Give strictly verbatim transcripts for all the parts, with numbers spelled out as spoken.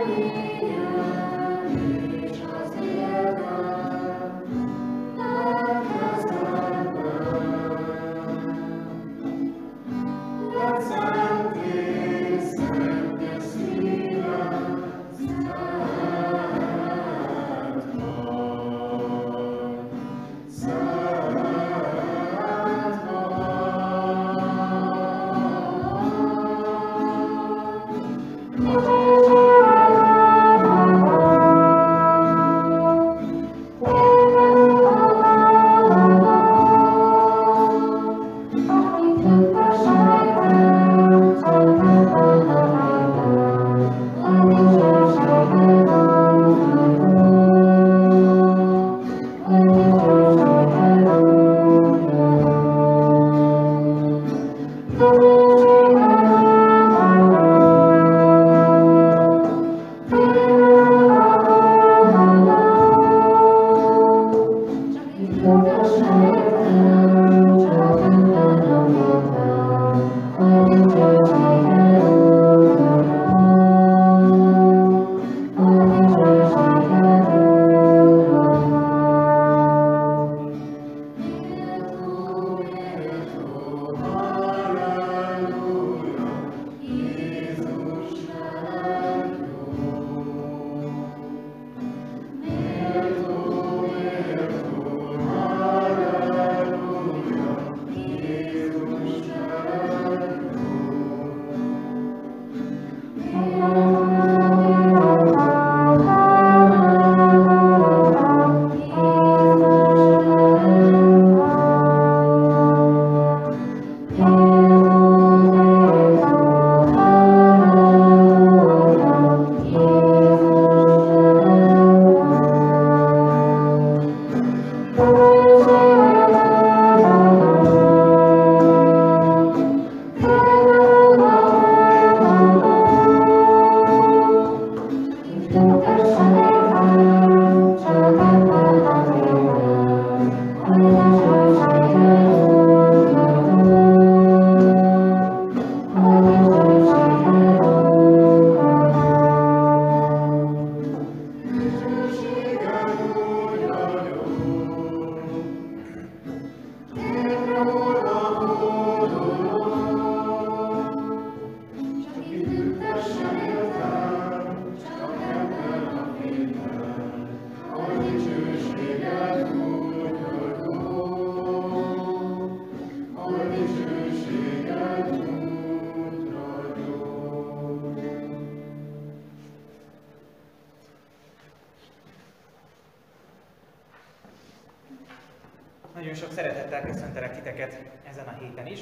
Nagyon sok szeretettel köszöntelek titeket ezen a héten is.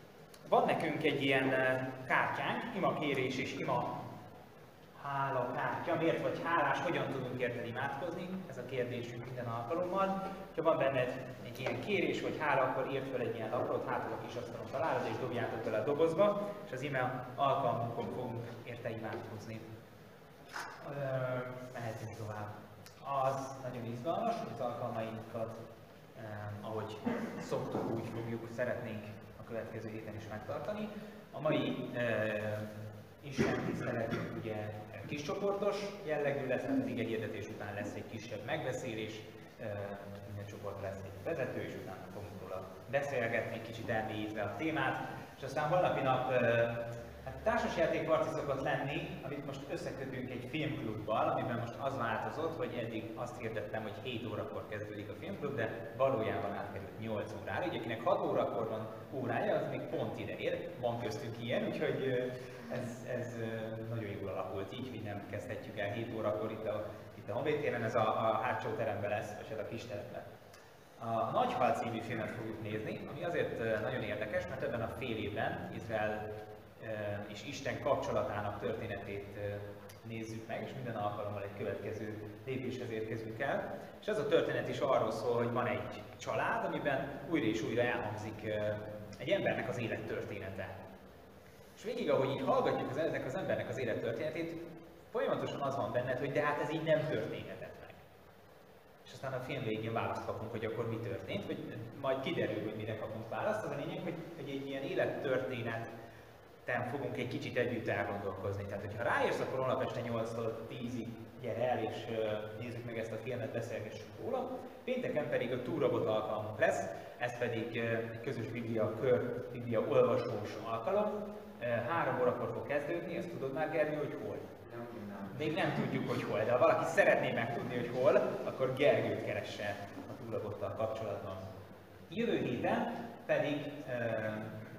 Van nekünk egy ilyen kártyánk, imakérés és ima hála kártya. Miért vagy hálás, hogyan tudunk érted imádkozni? Ez a kérdésünk minden alkalommal. Ha van benned egy ilyen kérés vagy hála, akkor írd fel egy ilyen lapot, hátul a kis asztalon találod, és dobjátok bele a dobozba, és az ime alkalmunkon fogunk érte imádkozni. Mehetünk tovább. Az nagyon izgalmas, hogy az alkalmainkat, eh, ahogy szoktuk, úgy fogjuk, szeretnénk a következő héten is megtartani. A mai eh, Isten tiszteletünk ugye kiscsoportos jellegű lesz, tehát az ige hirdetés után lesz egy kisebb megbeszélés, eh, minden csoport lesz egy vezető, és utána fogunk róla beszélgetni, egy kicsit elmélyítve a témát, és aztán valnapi nap eh, hát társasjátékparti szokott lenni, amit most összekötünk egy filmklubbal, amiben most az változott, hogy eddig azt hirdettem, hogy hét órakor kezdődik a filmklub, de valójában átkerült nyolc órára. Így akinek hat órakor van órája, az még pont ide ér, van köztünk ilyen, úgyhogy ez, ez nagyon jól alakult így, hogy nem kezdhetjük el hét órakor itt a, itt a Honvédtéren, ez a, a hátsó teremben lesz, vagy a kis teremben. A Nagyhal című filmet fogjuk nézni, ami azért nagyon érdekes, mert ebben a fél évben Izrael és Isten kapcsolatának történetét nézzük meg, és minden alkalommal egy következő lépéshez érkezünk el. És ez a történet is arról szól, hogy van egy család, amiben újra és újra elhangzik egy embernek az élettörténete. És végig, ahogy így hallgatjuk az, ennek az embernek az élettörténetét, folyamatosan az van benned, hogy de hát ez így nem történhetett meg. És aztán a film végén választ kapunk, hogy akkor mi történt, vagy majd kiderül, hogy mire kapunk választ. Az a lényeg, hogy, hogy egy ilyen élettörténet fogunk egy kicsit együtt elgondolkozni. Tehát, hogyha ráérsz, akkor holnap este nyolctól tízig gyere el, és uh, nézzük meg ezt a filmet, beszélgessünk róla. Pénteken pedig a túrabot alkalmunk lesz, ez pedig uh, egy közös biblia kör, biblia olvasós alkalom. Uh, három órakor fog kezdődni, ezt tudod már, Gergő, hogy hol? Nem, nem. Még nem tudjuk, hogy hol, de ha valaki szeretné megtudni, hogy hol, akkor Gergőt keresse a túrabottal kapcsolatban. Jövő héten pedig uh,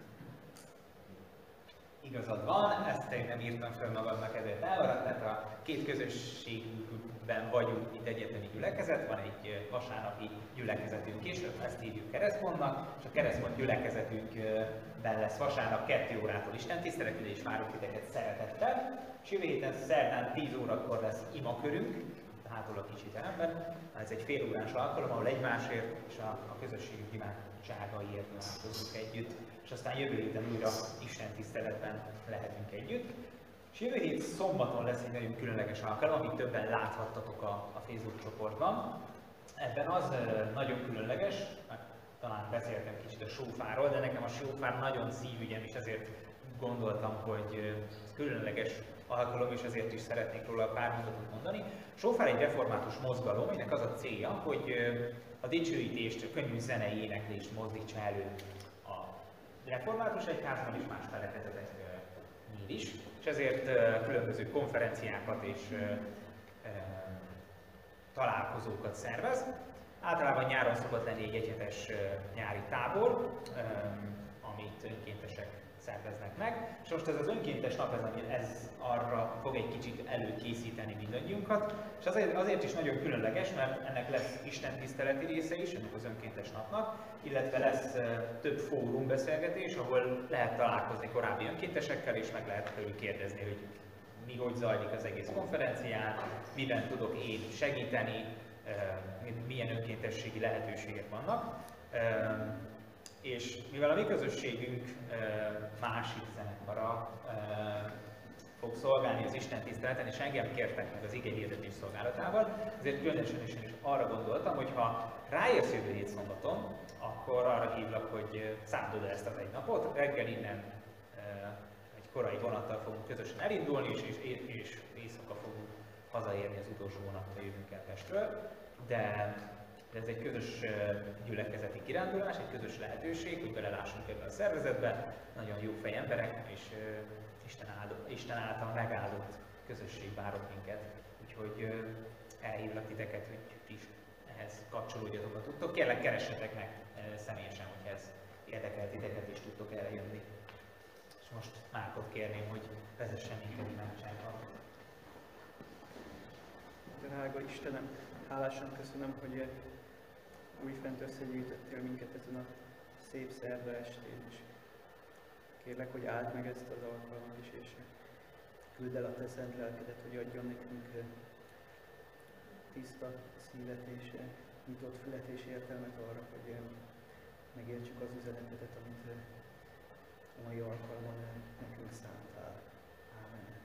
igazad van, ezt én nem írtam fel magamnak, ezért elmaradt, tehát a két közösségben vagyunk, mint egyetemi gyülekezet, van egy vasárnapi gyülekezetünk is, ezt hívjuk keresztpontnak, és a keresztpont gyülekezetünkben lesz vasárnap kettő órától istentiszteletül, és várjuk titeket szeretettel. És jövő héten szerdán tíz órakor lesz imakörünk, hátul a kicsi teremben. Ez egy fél órás alkalom, ahol egymásért és a, a közösségünk imádságaiért imádkozzuk együtt. És aztán jövő héten újra Isten tiszteletben lehetünk együtt. És jövő hét szombaton lesz egy nagyon különleges alkalom, amit többen láthattatok a, a Facebook csoportban. Ebben az nagyon különleges, talán beszéltem kicsit a sófáról, de nekem a sófár nagyon szívügyem, és ezért gondoltam, hogy különleges alkalom, és ezért is szeretnék róla pár mondatot mondani. Sófár egy református mozgalom, aminek az a célja, hogy a dicsőítést, a könnyű zenei éneklést mozdítsa elő a református egyházban és más felekezeteknél is, és ezért különböző konferenciákat és találkozókat szervez. Általában nyáron szokott lenni egy egyhetes nyári tábor, amit önkéntesek szerveznek meg, és most ez az önkéntes nap, ez, ez arra fog egy kicsit előkészíteni mindannyiunkat, és azért, azért is nagyon különleges, mert ennek lesz istentiszteleti része is, ennek az önkéntes napnak, illetve lesz uh, több fórum beszélgetés, ahol lehet találkozni korábbi önkéntesekkel, és meg lehet tőlük kérdezni, hogy mi hogy zajlik az egész konferencián, miben tudok én segíteni, uh, milyen önkéntességi lehetőségek vannak. Uh, És mivel a mi közösségünk e, másik zenekara e, fog szolgálni az Isten tiszteleten, és engem kértek meg az igényhirdetés szolgálatával, ezért különösen is, is arra gondoltam, hogy ha ráérsz jövő hét szombaton, akkor arra hívlak, hogy szándod ezt az egy napot. Reggel innen e, egy korai vonattal fogunk közösen elindulni, és, és, és éjszaka fogunk hazaérni, az utolsó vonattal jövünk el Pestről. De De ez egy közös gyülekezeti kirándulás, egy közös lehetőség, hogy belelássunk ebbe a szervezetbe. Nagyon jó fej emberek, és Isten, áldott, Isten által megáldott közösség várott minket. Úgyhogy elhívlak titeket, hogy ti is ehhez kapcsolódjatok, ha tudtok. Kérlek, keressetek meg személyesen, hogyha ez érdekel titeket, és tudtok erre jönni. És most Márkot kérném, hogy vezessen minket imádságban. Drága Istenem, hálásan köszönöm, hogy újfent összegyűjtöttél minket ezen a szép szerda estén, és kérlek, hogy áld meg ezt az alkalmat is, és küld el a te szent lelkedet, hogy adjon nekünk tiszta szívet és nyitott fület és értelmet arra, hogy megértsük az üzenetedet, amit a mai alkalommal nekünk szántál. Ámen.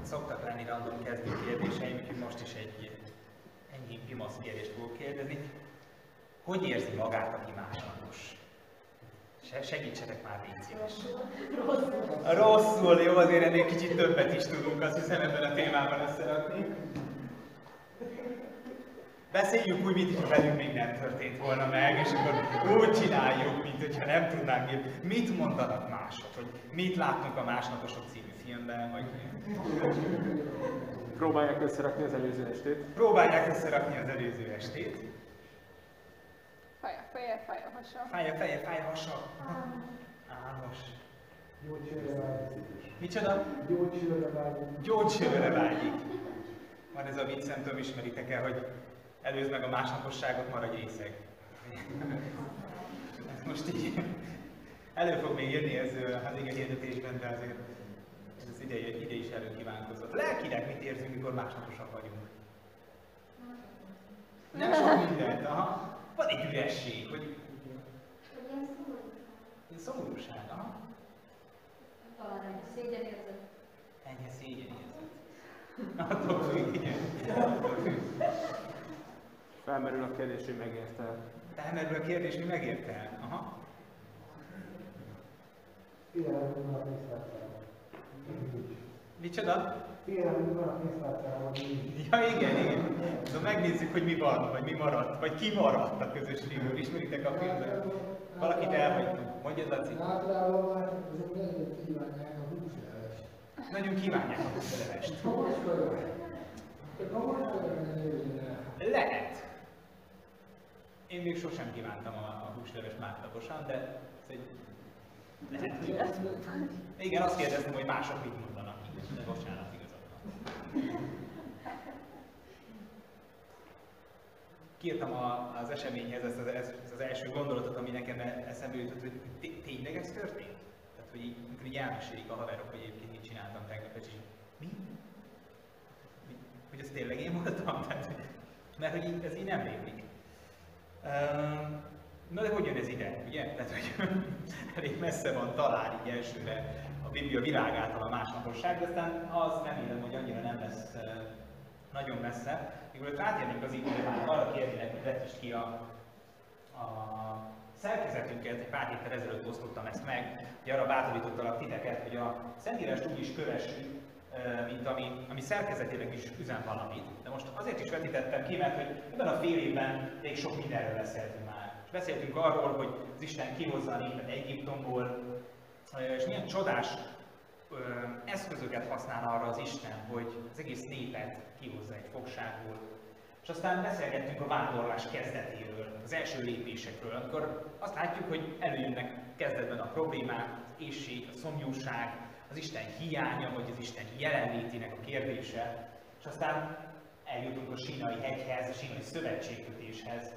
szoktak lenni random kezdő kérdéseim, úgyhogy most is egy ennyi pimasz kérdést fogok kérdezni. Hogy érzi magát, aki másnapos? Se, segítsetek már, légy szíves. Rosszul. Rosszul, jó, azért ennél kicsit többet is tudunk, azt hiszem ebben a témában összerakni. Beszéljünk úgy, mintha velünk még nem történt volna meg, és akkor úgy csináljuk, mint hogyha nem tudnánk. Mit mondanak mások, hogy mit látnak a Másnaposok című filmben, vagy Próbálják összerakni az előző estét. Próbálják összerakni az előző estét. Fáj a feje, fáj a hasa. Fáj a feje, fáj a hasa. Álmos. Gyógycsőre vágyik. Micsoda? Gyógycsőre vágyik. Gyógycsőre vágyik. Van ez a vicc, nem tudom, ismeritek el, hogy előzd meg a másnaposságot, maradj részeg. Ez most így elő fog még jönni ez az ige hirdetésben, de azért ez ide, ide is előkívánkozott. Lelkileg mit érzünk, mikor másnaposak vagyunk? Nem sok mindent, aha. Van egy üresség, hogy... Ilyen szomorúság, aha. Talán egy szégyenérzet. Enyhe szégyenérzet. Attól függ, igen. Attól függ. Felmerül a kérdés, hogy megérte el. Felmerül a kérdés, hogy megérte el. Aha. Félelem, hogy van a pénztárcában. Micsoda? Félelem, hogy van a pénztárcában. Ja, igen, igen. De megnézzük, hogy mi van, vagy mi maradt, vagy ki maradt a közösségből. Ismeritek a filmet? Valakit elhagytunk. Mondjad, Laci. Általában már azok nagyon kívánják a húslevest. Nagyon kívánják a húslevest. Kamoskodok. Kamoskodok, hogy jöjjön el. Lehet. Én még sosem kívántam a, a húslevest másnaposan, de ez egy lehet. Igen, azt kérdeztem, hogy mások mit mondanak. De bocsánat, igazad van. Kiírtam a, az eseményhez ezt az, ez, ez az első gondolatot, ami nekem eszembe jutott, hogy tényleg ez történt? Tehát, hogy így, így elmesélik a haverok, hogy egyébként mit csináltam tegnap, és így, mi? Hogy ez tényleg én voltam? Tehát, mert hogy így, ez így nem rémlik. Um, na de hogy jön ez ide, ugye? Tehát, hogy elég messze van talán így elsőre a Biblia világától a másnaposság, de aztán az remélem, hogy annyira nem lesz uh, nagyon messze. Mielőtt rátérnénk az időre, már arra kérnének, hogy vetítsd ki a, a szerkezetünket, egy pár héttel ezelőtt osztottam ezt meg, hogy arra bátorítottalak titeket, hogy a Szentírást úgy is kövessük, mint ami, ami szerkezetileg is üzen valamit. De most azért is vetítettem ki, mert hogy ebben a fél évben még sok mindenről beszéltünk már. És beszéltünk arról, hogy az Isten kihozza a népet Egyiptomból, és milyen csodás ö, eszközöket használ arra az Isten, hogy az egész népet kihozza egy fogságból. És aztán beszélgettünk a vándorlás kezdetéről, az első lépésekről, amikor azt látjuk, hogy előjönnek kezdetben a problémák, az éhség, a szomjúság, az Isten hiánya, vagy az Isten jelenlétének a kérdése, és aztán eljutunk a Sínai hegyhez, a Sínai szövetségkötéshez.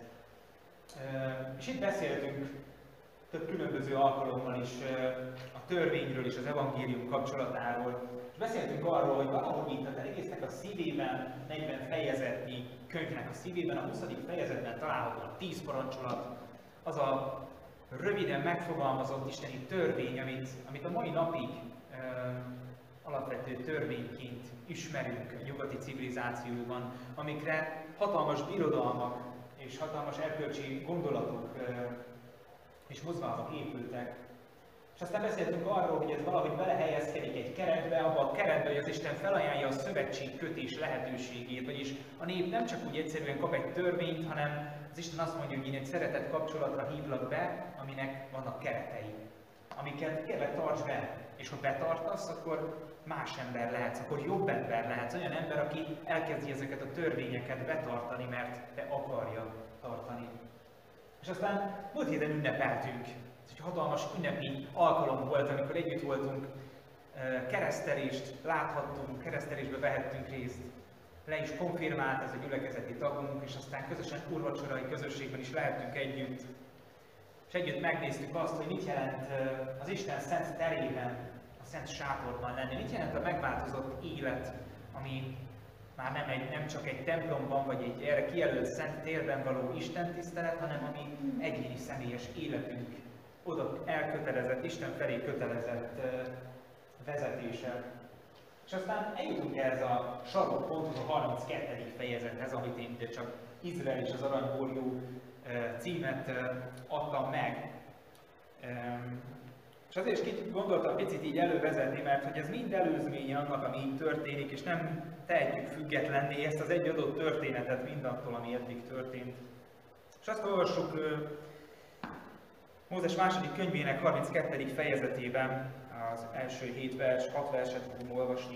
És itt beszéltünk több különböző alkalommal is a törvényről és az evangélium kapcsolatáról, és beszéltünk arról, hogy valahogy itt az egésznek a szívében, negyven fejezetnyi könyvnek a szívében, a huszadik fejezetben található a tíz parancsolat, az a röviden megfogalmazott isteni törvény, amit, amit a mai napig ö, alapvető törvényként ismerünk a nyugati civilizációban, amikre hatalmas birodalmak és hatalmas erkölcsi gondolatok ö, és mozgalmak épültek. És aztán beszéltünk arról, hogy ez valahogy belehelyezkedik egy keretbe, abban a keretbe, hogy az Isten felajánlja a szövetségkötés lehetőségét, vagyis a nép nem csak úgy egyszerűen kap egy törvényt, hanem az Isten azt mondja, hogy én egy szeretett kapcsolatra hívlak be, aminek vannak keretei, amiket kérlek tarts be, és ha betartasz, akkor más ember lehetsz, akkor jobb ember lehetsz, olyan ember, aki elkezdi ezeket a törvényeket betartani, mert te akarja tartani. És aztán múlt héten ünnepeltünk. Ez egy hatalmas ünnepi alkalom volt, amikor együtt voltunk, keresztelést láthattunk, keresztelésbe vehettünk részt. Le is konfirmált ez a gyülekezeti tagunk, és aztán közösen úrvacsorai közösségben is lehettünk együtt. És együtt megnéztük azt, hogy mit jelent az Isten szent terében, a szent sátorban lenni. Mit jelent a megváltozott élet, ami már nem, egy, nem csak egy templomban, vagy egy erre kijelölt szent térben való istentisztelet, hanem ami egyéni személyes életünk oda elkötelezett, Isten felé kötelezett vezetése. És És aztán eljutunk ehhez a sarokponthoz, a harminckettedik fejezethez, amit én ide csak Izrael és az aranyborjú címet adtam meg. És azért is kicsit gondoltam picit így elővezetni, mert hogy ez mind előzménye annak, ami így történik, és nem tehetjük függetlenné ezt az egy adott történetet mindattól, ami eddig történt. És azt olvassuk Mózes második könyvének harminckettedik fejezetében, az első hét vers, hat verset fogunk olvasni.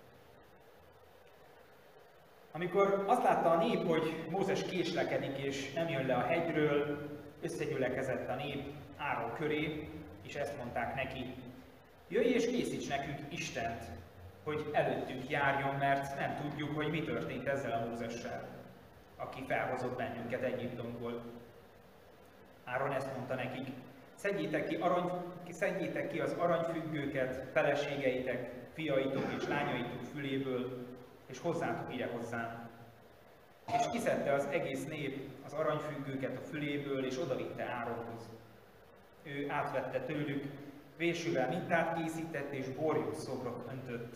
Amikor azt látta a nép, hogy Mózes késlekedik és nem jön le a hegyről, összegyülekezett a nép Áron köré, és ezt mondták neki: jöjj és készíts nekünk Istent, hogy előttünk járjon, mert nem tudjuk, hogy mi történt ezzel a Mózessel, aki felhozott bennünket Egyiptomból. Áron ezt mondta nekik: szedjétek ki, arany, szedjétek ki az aranyfüggőket feleségeitek, fiaitok és lányaitok füléből, és hozzátok ide hozzám. És kiszedte az egész nép az aranyfüggőket a füléből, és odavitte Áronhoz. Ő átvette tőlük, vésővel mintát készített, és borjós szobrot öntött.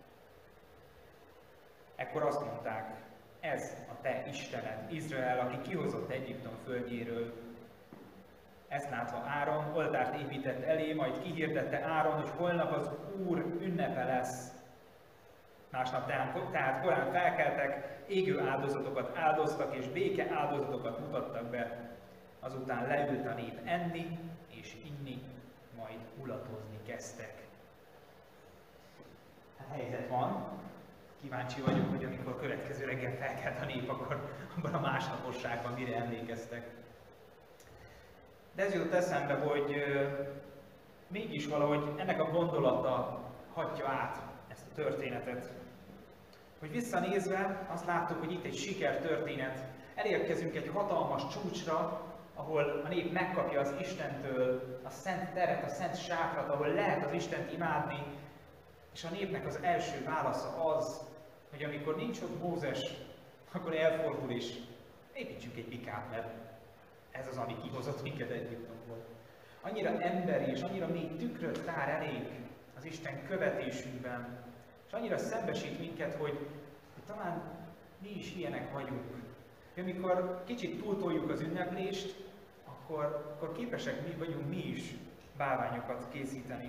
Ekkor azt mondták: ez a te Istened, Izrael, aki kihozott Egyiptom földjéről. Ezt látva Áron oltárt épített elé, majd kihirdette Áron, hogy holnap az Úr ünnepe lesz. Másnap tehát korán felkeltek, égő áldozatokat áldoztak, és béke áldozatokat mutattak be. Azután leült a nép enni és inni, majd mulatozni kezdtek. Hát helyzet van. Kíváncsi vagyok, hogy amikor következő reggel felkelt a nép, akkor abban a másnaposságban mire emlékeztek. De ez jutott eszembe, hogy euh, mégis valahogy ennek a gondolata hatja át ezt a történetet. Hogy visszanézve azt láttuk, hogy itt egy sikertörténet, elérkezünk egy hatalmas csúcsra, ahol a nép megkapja az Istentől a szent teret, a szent sátrat, ahol lehet az Istent imádni, és a népnek az első válasza az, hogy amikor nincs ott Mózes, akkor elfordul és építsünk egy bikát, mert ez az, ami kihozott minket Egyiptomból. Annyira emberi és annyira még tükröt tár elég az Isten követésünkben, és annyira szembesít minket, hogy, hogy talán mi is ilyenek vagyunk. Hogy amikor kicsit túltoljuk az ünneplést, akkor, akkor képesek mi vagyunk mi is bálványokat készíteni.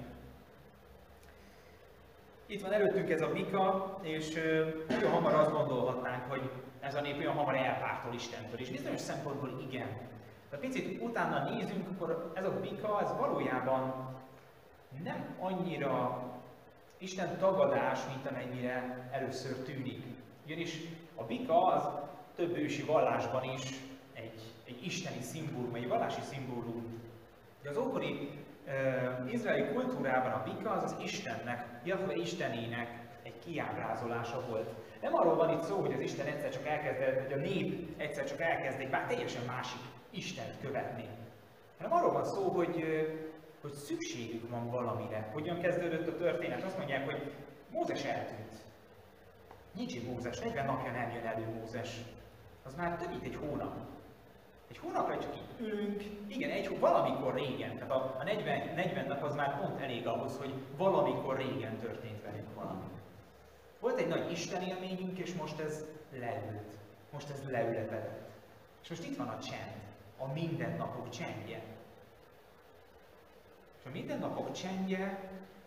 Itt van előttünk ez a bika, és nagyon hamar azt gondolhatnánk, hogy ez a nép olyan hamar elpártol Istentől, és bizonyos szempontból igen. De picit utána nézünk, akkor ez a bika, ez valójában nem annyira Isten tagadás, mint amennyire először tűnik. Ugyanis a bika az több ősi vallásban is egy, egy isteni szimbólum, egy vallási szimbólum. De az ókori uh, izraeli kultúrában a bika az az Istennek, Jahve Istenének egy kiábrázolása volt. Nem arról van itt szó, hogy az Isten egyszer csak elkezd, hogy a nép egyszer csak elkezd egy bár teljesen másik Istent követni. Hanem arról van szó, hogy, hogy szükségük van valamire. Hogyan kezdődött a történet? Azt mondják, hogy Mózes eltűnt. Nincs itt Mózes, negyven napja nem jön elő Mózes. Az már több mint egy hónap. Egy hónapra csak itt ülünk, igen, egy valamikor régen, tehát a, a negyven, negyven nap az már pont elég ahhoz, hogy valamikor régen történt velünk valami. Volt egy nagy Isten élményünk, és most ez leült. Most ez leülepedett. És most itt van a csend, a mindennapok csendje. És a mindennapok csendje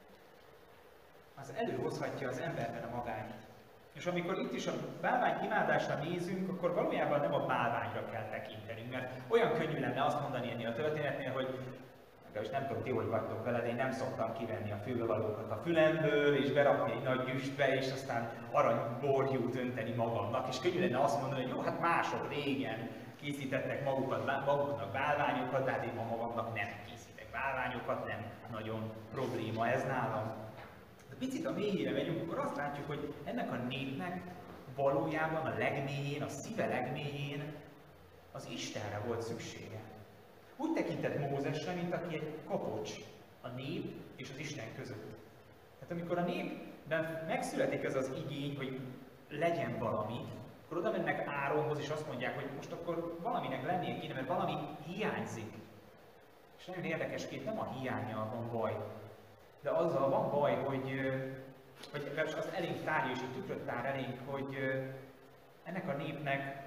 az előhozhatja az emberben a magányt. És amikor itt is a bálvány imádásra nézünk, akkor valójában nem a bálványra kell tekintenünk, mert olyan könnyű lenne azt mondani ennél a történetnél, hogy legalábbis nem tudom ti, hogy vagytok vele, de én nem szoktam kivenni a fülbevalókat a fülemből, és berakni egy nagy gyüstbe, és aztán aranyborjút önteni magamnak. És könnyű lenne azt mondani, hogy jó, hát mások régen készítettek magukat, maguknak bálványokat, de hát én ma magamnak nem készítek bálványokat, nem nagyon probléma ez nálam. De picit a mélyére megyünk, akkor azt látjuk, hogy ennek a népnek valójában a legmélyén, a szíve legmélyén az Istenre volt szüksége. Úgy tekintett Mózesre, mint aki egy kapocs a nép és az Isten között. Tehát amikor a népben megszületik ez az igény, hogy legyen valami, akkor oda mennek Áronhoz és azt mondják, hogy most akkor valaminek lennie kéne, mert valami hiányzik. És nagyon érdekesként nem a hiánnyal van baj, de azzal van baj, hogy vagy legalábbis azt elénk tárja, és így tükröt tár elénk, hogy ennek a népnek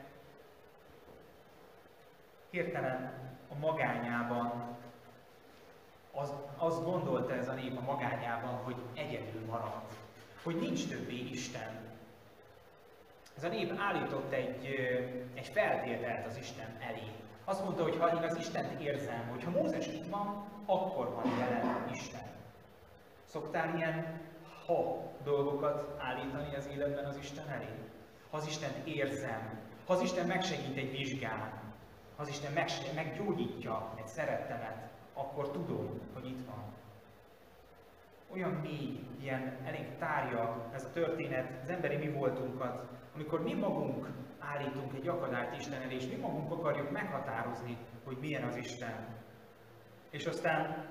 hirtelen a magányában, az, azt gondolta ez a nép a magányában, hogy egyedül maradt, hogy nincs többé Isten. Ez a nép állított egy, egy feltételt az Isten elé. Azt mondta, hogy ha én az Istent érzem, hogy ha Mózes itt van, akkor van jelen Isten. Szoktál ilyen ha dolgokat állítani az életben az Isten elé? Ha az Istent érzem, ha az Isten megsegít egy vizsgán, ha az Isten meggyógyítja egy szerettemet, akkor tudom, hogy itt van. Olyan mély, ilyen elénk tárja ez a történet az emberi mi voltunkat, amikor mi magunk állítunk egy akadályt Isten elé, és mi magunk akarjuk meghatározni, hogy milyen az Isten. És aztán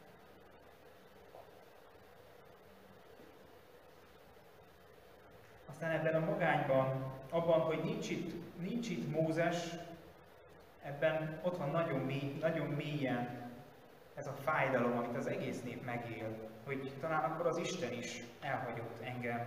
aztán ebben a magányban, abban, hogy nincs itt, nincs itt Mózes, ebben ott van nagyon, mély, nagyon mélyen ez a fájdalom, amit az egész nép megél, hogy talán akkor az Isten is elhagyott engem.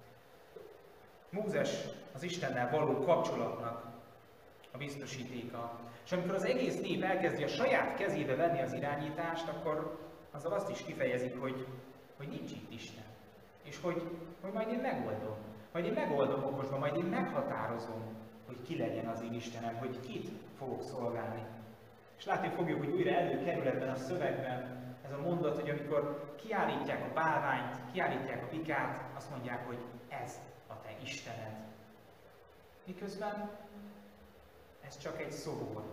Mózes az Istennel való kapcsolatnak a biztosítéka. És amikor az egész nép elkezdi a saját kezébe venni az irányítást, akkor azzal azt is kifejezik, hogy, hogy nincs itt Isten. És hogy, hogy majd én megoldom. Majd én megoldom okosban, majd én meghatározom, hogy ki legyen az én Istenem, hogy kit fogok szolgálni. És látni fogjuk, hogy újra előkerül ebben a szövegben ez a mondat, hogy amikor kiállítják a bálványt, kiállítják a bikát, azt mondják, hogy ez a te Istened. Miközben ez csak egy szobor.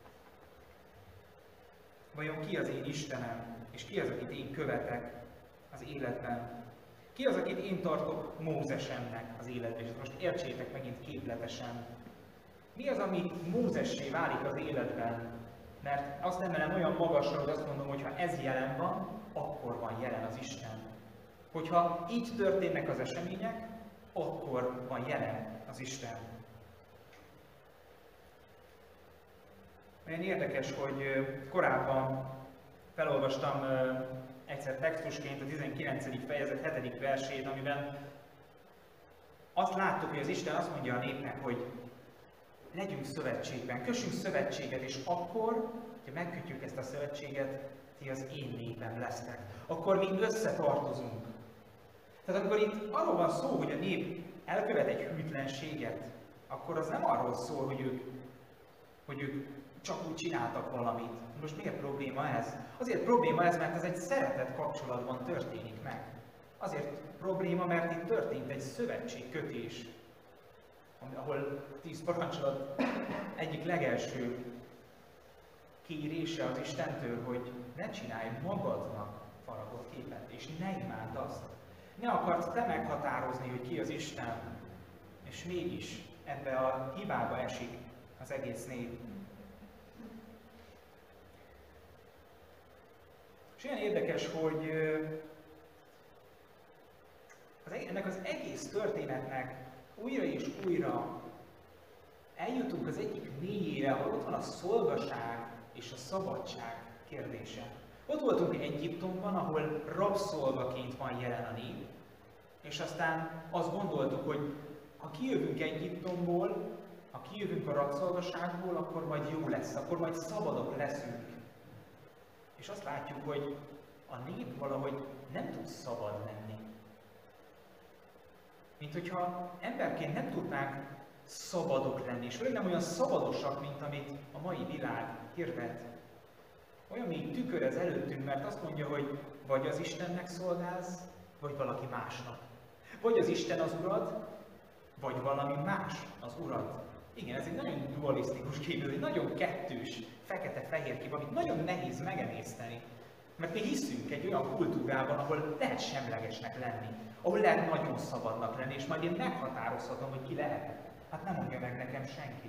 Vajon ki az én Istenem, és ki az, akit én követek az életben? Ki az, akit én tartok Mózesemnek az életben? És most értsétek megint képletesen. Mi az, ami Mózessé válik az életben? Mert azt emelem olyan magasra, hogy azt mondom, hogy ha ez jelen van, akkor van jelen az Isten. Hogyha így történnek az események, akkor van jelen az Isten. Olyan érdekes, hogy korábban felolvastam egyszer textusként a tizenkilencedik fejezet hetedik versét, amiben azt láttuk, hogy az Isten azt mondja a népnek, hogy legyünk szövetségben, kössünk szövetséget, és akkor, hogyha megkötjük ezt a szövetséget, ti az én népem lesztek. Akkor mi összetartozunk. Tehát amikor itt arról van szó, hogy a nép elkövet egy hűtlenséget, akkor az nem arról szól, hogy ők, hogy ők csak úgy csináltak valamit. Most miért probléma ez? Azért probléma ez, mert ez egy szeretett kapcsolatban történik meg. Azért probléma, mert itt történt egy szövetségkötés, ahol tíz parancsolat egyik legelső kérése az Istentől, hogy ne csinálj magadnak faragott képet, és ne imádd azt. Ne akarsz te meghatározni, hogy ki az Isten, és mégis ebbe a hibába esik az egész nép. És olyan érdekes, hogy az, ennek az egész történetnek újra és újra eljutunk az egyik mélyére, ahol ott van a szolgaság és a szabadság kérdése. Ott voltunk Egyiptomban, ahol rabszolgaként van jelen a nép, és aztán azt gondoltuk, hogy ha kijövünk Egyiptomból, ha kijövünk a rabszolgaságból, akkor majd jó lesz, akkor majd szabadok leszünk. És azt látjuk, hogy a nép valahogy nem tud szabad lenni. Mint hogyha emberként nem tudnánk szabadok lenni, és nem olyan szabadosak, mint amit a mai világ hirdet. Olyan még tükröz előttünk, mert azt mondja, hogy vagy az Istennek szolgálsz, vagy valaki másnak. Vagy az Isten az urad, vagy valami más az urad. Igen, ez egy nagyon dualisztikus képző, egy nagyon kettős, fekete-fehér kép, amit nagyon nehéz megemészteni. Mert mi hiszünk egy olyan kultúrában, ahol lehet semlegesnek lenni, ahol lehet nagyon szabadnak lenni, és majd én meghatározhatom, hogy ki lehetek. Hát nem mondja meg nekem senki.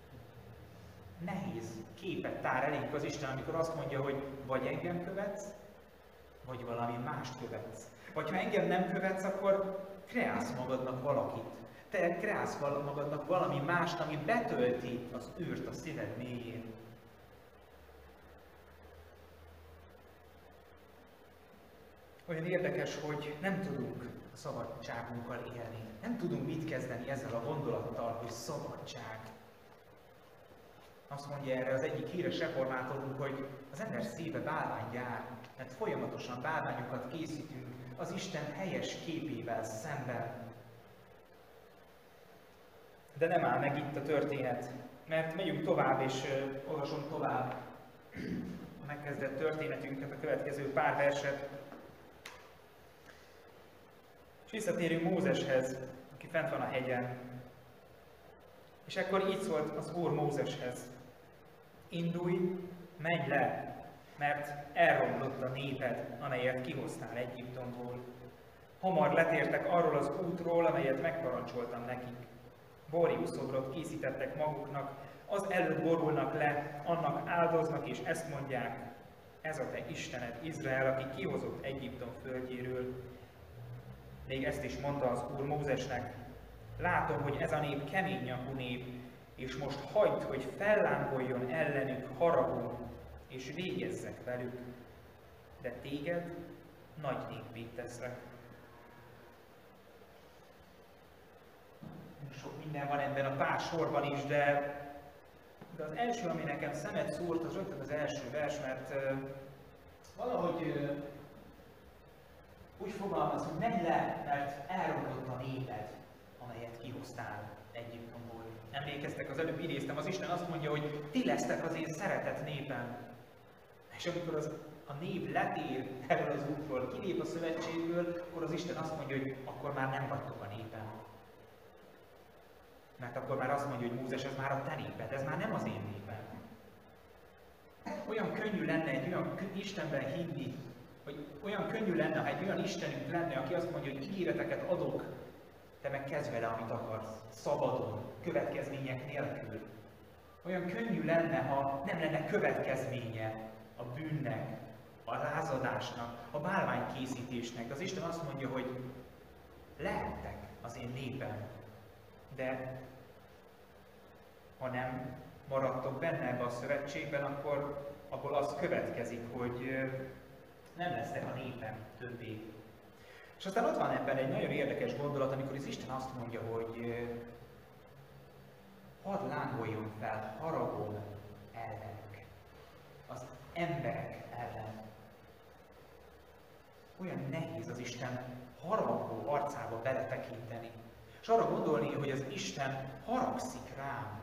Nehéz képet tár elénk az Isten, amikor azt mondja, hogy vagy engem követsz, vagy valami mást követsz. Vagy ha engem nem követsz, akkor kreálsz magadnak valakit. Te kreálsz magadnak valami mást, ami betölti az űrt a szíved mélyén. Olyan érdekes, hogy nem tudunk a szabadságunkkal élni. Nem tudunk mit kezdeni ezzel a gondolattal, hogy szabadság. Azt mondja erre az egyik híres reformátorunk, hogy az ember szíve bálványgyár, mert folyamatosan bálványokat készítünk az Isten helyes képével szemben. De nem áll meg itt a történet, mert megyünk tovább, és uh, olvasom tovább a megkezdett történetünket, a következő pár verset. És visszatérünk Mózeshez, aki fent van a hegyen. És ekkor így szólt az Úr Mózeshez: indulj, menj le, mert elromlott a néped, amelyet kihoztál Egyiptomból. Hamar letértek arról az útról, amelyet megparancsoltam nekik. Borjúszobrot készítettek maguknak, az előtt borulnak le, annak áldoznak, és ezt mondják: ez a te Istened, Izrael, aki kihozott Egyiptom földjéről. Még ezt is mondta az Úr Mózesnek: látom, hogy ez a nép kemény nyakú nép, és most hagyd, hogy fellángoljon ellenük haragom, és végezzek velük, de téged nagy néppé teszlek. Sok minden van ebben a pár sorban is, de, de az első, ami nekem szemet szúrt, az rögtön az első vers, mert uh, valahogy uh, úgy fogalmaz, hogy menj le, mert elromlott a néped, amelyet kihoztál Egyiptomból. Emlékeztek, az előbb idéztem, az Isten azt mondja, hogy ti lesztek az én szeretett népem. És amikor az, a nép letér erről az útról, kilép a szövetségből, akkor az Isten azt mondja, hogy akkor már nem vagytok a népem. Mert akkor már azt mondja, hogy Mózes, ez már a te néped, ez már nem az én népem. Olyan könnyű lenne egy olyan Istenben hinni, hogy olyan könnyű lenne, ha egy olyan Istenünk lenne, aki azt mondja, hogy ígéreteket adok, te meg kezd vele, amit akarsz, szabadon, következmények nélkül. Olyan könnyű lenne, ha nem lenne következménye a bűnnek, a lázadásnak, a bálványkészítésnek. Az Isten azt mondja, hogy lehettek az én népem, de ha nem maradtok benne ebbe a szövetségben, akkor abból az következik, hogy nem lesztek a népem többé. És aztán ott van ebben egy nagyon érdekes gondolat, amikor az Isten azt mondja, hogy hadd lángoljon fel haragom ellenük, az emberek ellen. Olyan nehéz az Isten haragú arcába beletekinteni, és arra gondolni, hogy az Isten haragszik rám.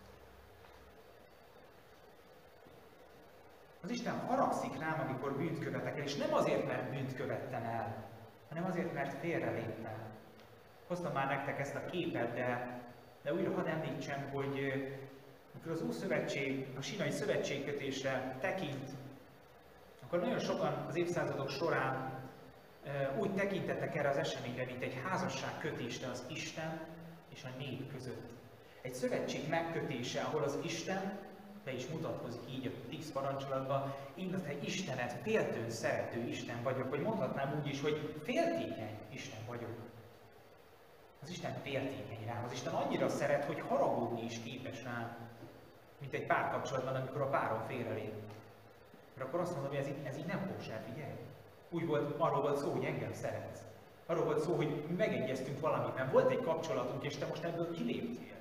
Az Isten haragszik rám, amikor bűnt követek el, és nem azért, mert bűnt követtem el, hanem azért, mert félreléptem. Hoztam már nektek ezt a képet, de, de újra hadd említsem, hogy amikor az Ószövetség, a Sinai szövetségkötésre tekint, akkor nagyon sokan az évszázadok során úgy tekintettek erre az eseményre, mint egy házasságkötésre az Isten és a nép között. Egy szövetség megkötése, ahol az Isten be is mutatkozik így a tíz parancsolatban: én az te Istened, féltőn szerető Isten vagyok, vagy mondhatnám úgy is, hogy féltékeny Isten vagyok. Az Isten féltékeny rám, az Isten annyira szeret, hogy haragudni is képes rám, mint egy párkapcsolatban, amikor a párom félrelép. Mert akkor azt mondom, hogy ez így, ez így nem kóser, figyelj. Úgy volt, arról volt szó, hogy engem szeretsz. Arról volt szó, hogy megegyeztünk valamiben, volt egy kapcsolatunk, és te most ebből kiléptél.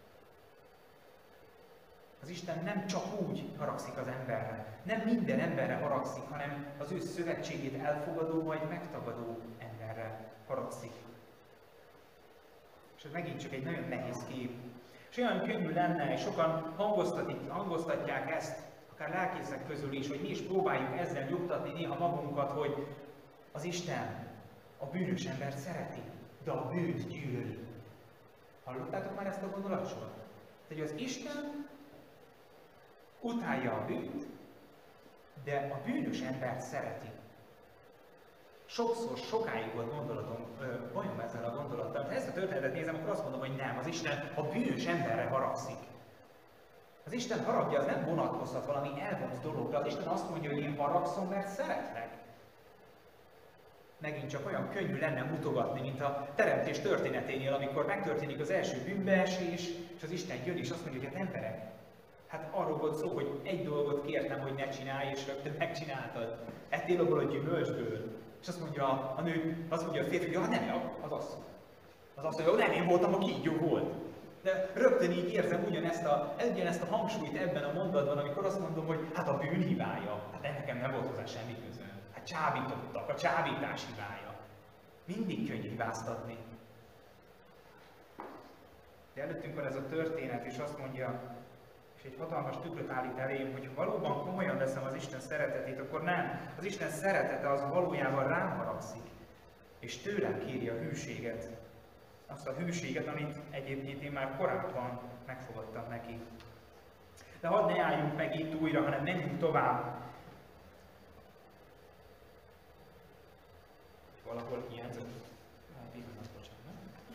Az Isten nem csak úgy haragszik az emberre, nem minden emberre haragszik, hanem az ő szövetségét elfogadó, majd megtagadó emberre haragszik. És ez megint csak egy nagyon nehéz kép. És olyan könnyű lenne, és sokan hangoztatják ezt, akár lelkészek közül is, hogy mi is próbáljuk ezzel nyugtatni néha magunkat, hogy az Isten a bűnös embert szereti, de a bűnt gyűlöli. Hallottátok már ezt a gondolatsort? Tehát az Isten utálja a bűnt, de a bűnös embert szereti. Sokszor, sokáig volt gondolatom, bajom ezzel a gondolattal. Ha ezt a történetet nézem, akkor azt mondom, hogy nem, az Isten a bűnös emberre haragszik. Az Isten haragja az nem vonatkozhat valami elvont dologra. Az Isten azt mondja, hogy én haragszom, mert szeretlek. Megint csak olyan könnyű lenne mutogatni, mint a teremtés történeténél, amikor megtörténik az első bűnbeesés, és az Isten jön és azt mondja, hogy hát emberek, hát arról volt szó, hogy egy dolgot kértem, hogy ne csinálj, és rögtön megcsináltad. Ettél abból a gyümölcsből. És azt mondja a nő, azt mondja a férfi, hogy ja, nem, az asszony. Az azt mondja, nem, én voltam, a kígyó volt. De rögtön így érzem ugyanezt a, ugyanezt a hangsúlyt ebben a mondatban, amikor azt mondom, hogy hát a bűn hibája. Hát nekem nem volt hozzá semmi közöm. Hát csábítottak, a csábítás hibája. Mindig könnyű hibáztatni. De előttünk van ez a történet, és azt mondja, és egy hatalmas tükröt állít elém, hogy ha valóban komolyan veszem az Isten szeretetét, akkor nem. Az Isten szeretete az valójában rám haragszik, és tőlem kéri a hűséget. Azt a hűséget, amit egyébként én már korábban megfogadtam neki. De hadd ne álljunk meg itt újra, hanem menjünk tovább. Valahol hiányzott. Pillanat, bocsánat.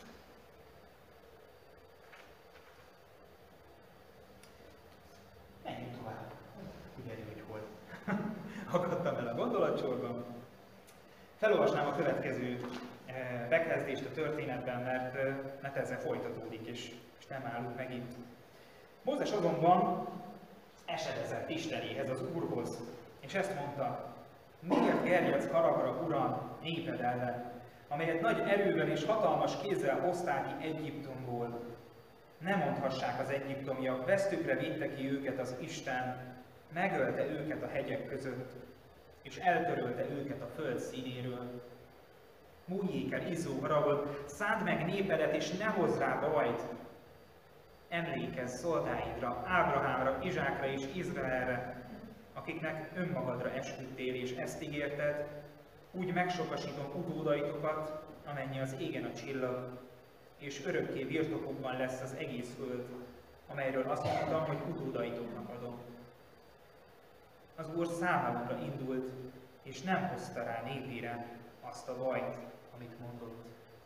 Menjünk tovább. Ugye, hogy hol. Akadtam el a gondolatsorban. Felolvasnám a következő bekezdést a történetben, mert, mert ezzel folytatódik, és, és nem állunk meg itt. Mózes azonban esedezett Istenéhez, az Úrhoz, és ezt mondta: miért gerjedsz haragra, Uram, néped ellen, amelyet nagy erővel és hatalmas kézzel hoztál ki Egyiptomból? Ne mondhassák az egyiptomiak, vesztükre vitte ki őket az Isten, megölte őket a hegyek között, és eltörölte őket a föld színéről. Múljék el izzó haragod, szánd meg népedet, és ne hozz rá bajt. Emlékezz szolgáidra, Ábrahámra, Izsákra és Izraelre, akiknek önmagadra esküdtél, és ezt ígérted, úgy megsokasítom utódaitokat, amennyi az égen a csillag, és örökké birtokukban lesz az egész föld, amelyről azt mondtam, hogy utódaitoknak adom. Az Úr számomra indult, és nem hozta rá népére azt a bajt, amit mondott.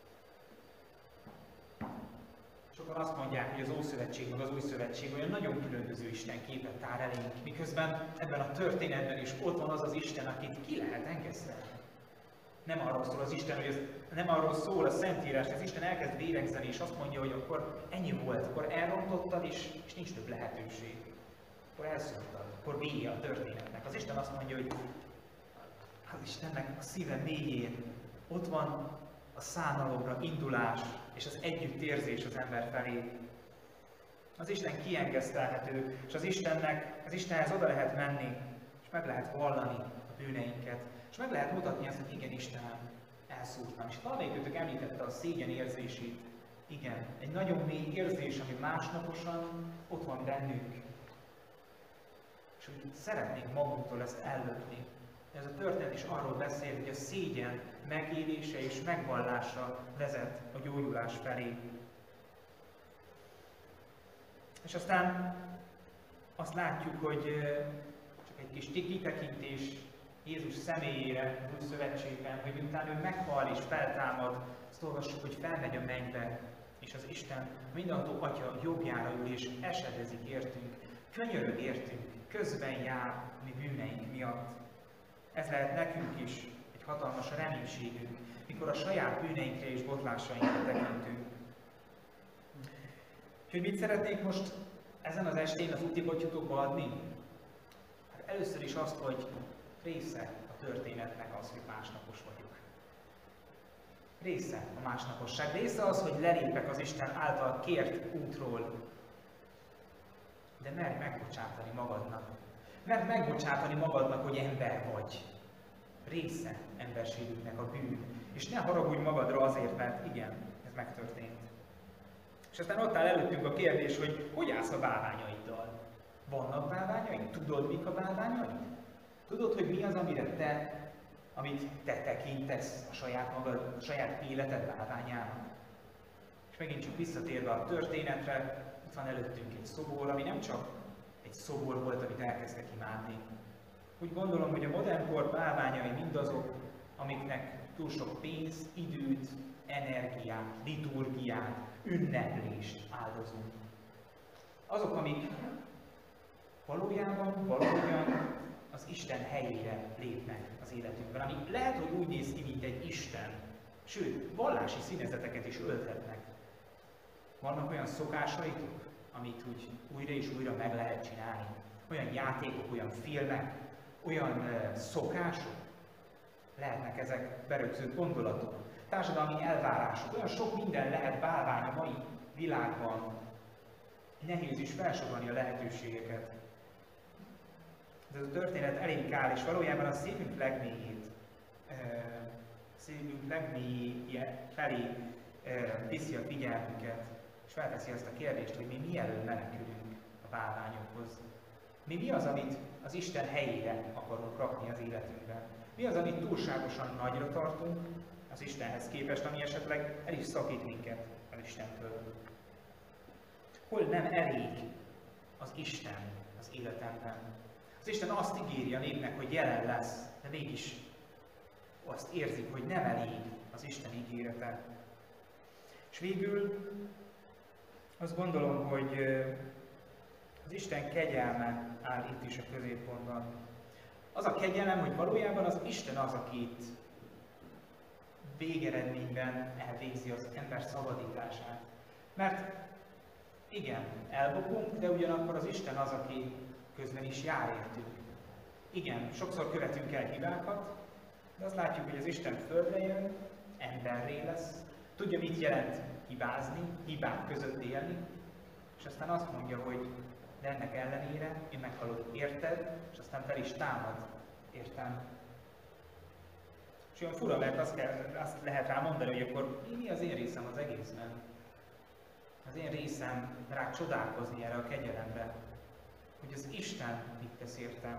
Sokan azt mondják, hogy az Ószövetség meg az Új Szövetség olyan nagyon különböző Isten képet tár elénk, miközben ebben a történetben is ott van az az Isten, akit ki lehet engesztelni. Nem arról szól az Isten, hogy ez, nem arról szól a Szentírás, hogy az Isten elkezd véregzeni, és azt mondja, hogy akkor ennyi volt, akkor elrontottad, és, és nincs több lehetőség. Akkor elszóltad, akkor vége a történetnek. Az Isten azt mondja, hogy az Istennek a szíve mélyén ott van a szánalomra indulás és az együttérzés az ember felé. Az Isten kiengesztelhető, és az Istennek, az Istenhez oda lehet menni, és meg lehet vallani a bűneinket, és meg lehet mutatni azt, hogy igen, Istenem, elszúrtam. És valamelyikőtök említette a szégyen érzését. Igen, egy nagyon mély érzés, ami másnaposan ott van bennünk. És úgy szeretnénk magunktól ezt ellökni. Ez a történet is arról beszél, hogy a szégyen megélése és megvallása vezet a gyógyulás felé. És aztán azt látjuk, hogy csak egy kis kitekintés Jézus személyére az Új Szövetségben, hogy miután ő meghal és feltámad, azt olvassuk, hogy felmegy a mennybe, és az Isten mindenható Atya jobbjára ül és esedezik értünk, könyörög értünk, közben jár mi bűneink miatt. Ez lehet nekünk is egy hatalmas reménységünk, mikor a saját bűneinkre és botlásainkra tekintünk. Úgyhogy mit szeretnék most ezen az estén az útibotyotokba adni? Hát először is azt, hogy része a történetnek az, hogy másnapos vagyok. Része a másnaposság. Része az, hogy lelépek az Isten által kért útról. De merj megbocsátani magadnak. Mert megbocsátani magadnak, hogy ember vagy. Része emberségünknek a bűn. És ne haragudj magadra azért, mert igen, ez megtörtént. És aztán ott áll előttünk a kérdés, hogy hogy állsz a bálványaiddal? Vannak bálványaid? Tudod, mik a bálványaid? Tudod, hogy mi az, amire te, amit te tekintesz a saját magad, a saját életed bálványának? És megint csak visszatérve a történetre, itt van előttünk egy szobor, ami nem csak egy szobor volt, amit elkezdtek imádni. Úgy gondolom, hogy a modern kor bálványai mindazok, amiknek túl sok pénz, időt, energiát, liturgiát, ünneplést áldozunk. Azok, amik valójában, valójában az Isten helyére lépnek az életünkben, ami lehet, hogy úgy néz ki, mint egy Isten, sőt, vallási színezeteket is ölthetnek. Vannak olyan szokásaitok, amit úgy újra és újra meg lehet csinálni. Olyan játékok, olyan filmek, olyan uh, szokások. lehetnek ezek berögzült gondolatok, társadalmi elvárások, olyan sok minden lehet bálvány a mai világban. Nehéz is felsorolni a lehetőségeket. De ez a történet elég kár, és valójában a szívünk legmélyét, szívünk legmélyje felé viszi a figyelmünket, és felteszi azt a kérdést, hogy mi mielőtt menekülünk a bálványokhoz. Mi mi az, amit az Isten helyére akarunk rakni az életünkben? Mi az, amit túlságosan nagyra tartunk az Istenhez képest, ami esetleg el is szakít minket az Istentől? Hol nem elég az Isten az életemben? Az Isten azt ígéri a népnek, hogy jelen lesz, de mégis azt érzik, hogy nem elég az Isten ígérete. És végül azt gondolom, hogy az Isten kegyelme áll itt is a középpontban. Az a kegyelem, hogy valójában az Isten az, aki itt végeredményben elvégzi az ember szabadítását. Mert igen, elbukunk, de ugyanakkor az Isten az, aki közben is jár értünk. Igen, sokszor követünk el hibákat, de azt látjuk, hogy az Isten földre jön, emberré lesz, tudja, mit jelent hibázni, hibák között élni, és aztán azt mondja, hogy de ennek ellenére én meghalok érted, és aztán fel is támad, értem. És olyan fura, mert azt, kell, azt lehet rá mondani, hogy akkor mi az én részem az egészben? Az én részem rá csodálkozni erre a kegyelemre, hogy az Isten mit tesz értem.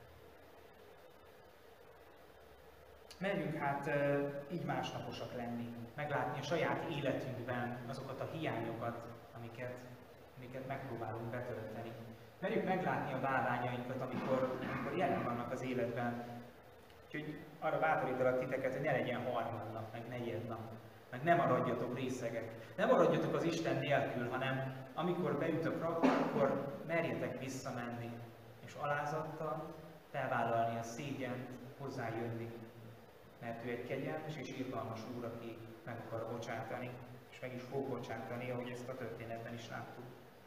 Merjünk hát így másnaposak lenni, meglátni a saját életünkben azokat a hiányokat, amiket, amiket megpróbálunk betölteni. Merjük meglátni a bálványainkat, amikor, amikor jelen vannak az életben. Úgyhogy arra bátorítalak titeket, hogy ne legyen harmadnap, meg negyednap, meg ne maradjatok részegek. Ne maradjatok az Isten nélkül, hanem amikor beüt a praktika, akkor merjetek visszamenni, és alázattal felvállalni a szégyent, hozzájönni. Mert ő egy kegyelmes és irgalmas Úr, aki meg akar bocsátani, és meg is fog bocsátani, ahogy ezt a történetben is láttuk.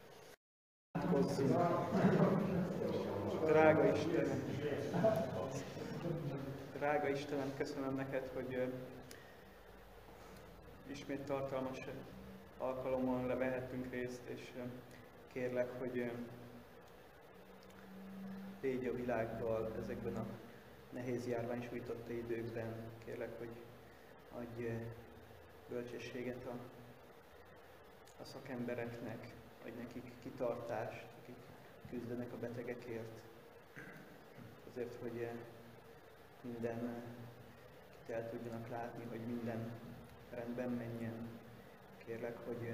Drága Istenem, drága Istenem, köszönöm neked, hogy uh, ismét tartalmas alkalommal levehettünk részt, és uh, kérlek, hogy uh, légy a világgal ezekben a nehéz járvány sújtotta időkben. Kérlek, hogy adj uh, bölcsességet a, a szakembereknek, adj nekik kitartást, akik küzdenek a betegekért, azért, hogy minden kit el tudjanak látni, hogy minden rendben menjen. Kérlek, hogy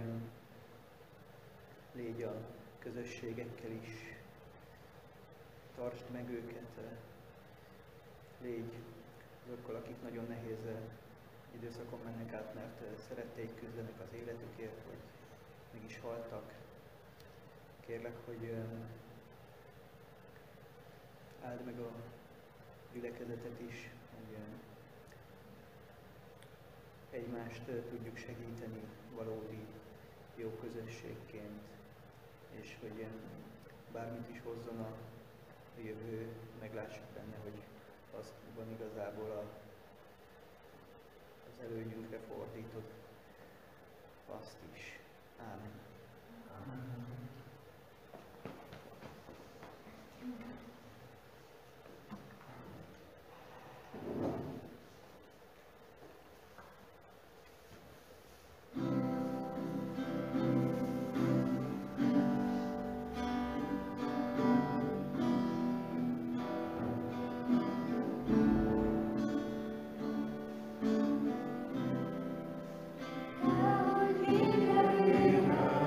légy a közösségekkel is, tartsd meg őket, légy azokkal, akik nagyon nehéz időszakon mennek át, mert szeretteik küzdenek az életükért, vagy meg is haltak. Kérlek, hogy áld meg a gyülekezetet is, hogy egymást tudjuk segíteni valódi jó közösségként, és hogy bármit is hozzon a jövő, meglássuk benne, hogy azt van igazából a, az előnyünkre fordított azt is. Ámen. Ámen. Ahogy végre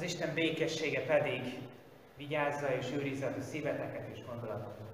Isten békessége pedig vigyázza és őrizze a szíveteket és gondolatokat.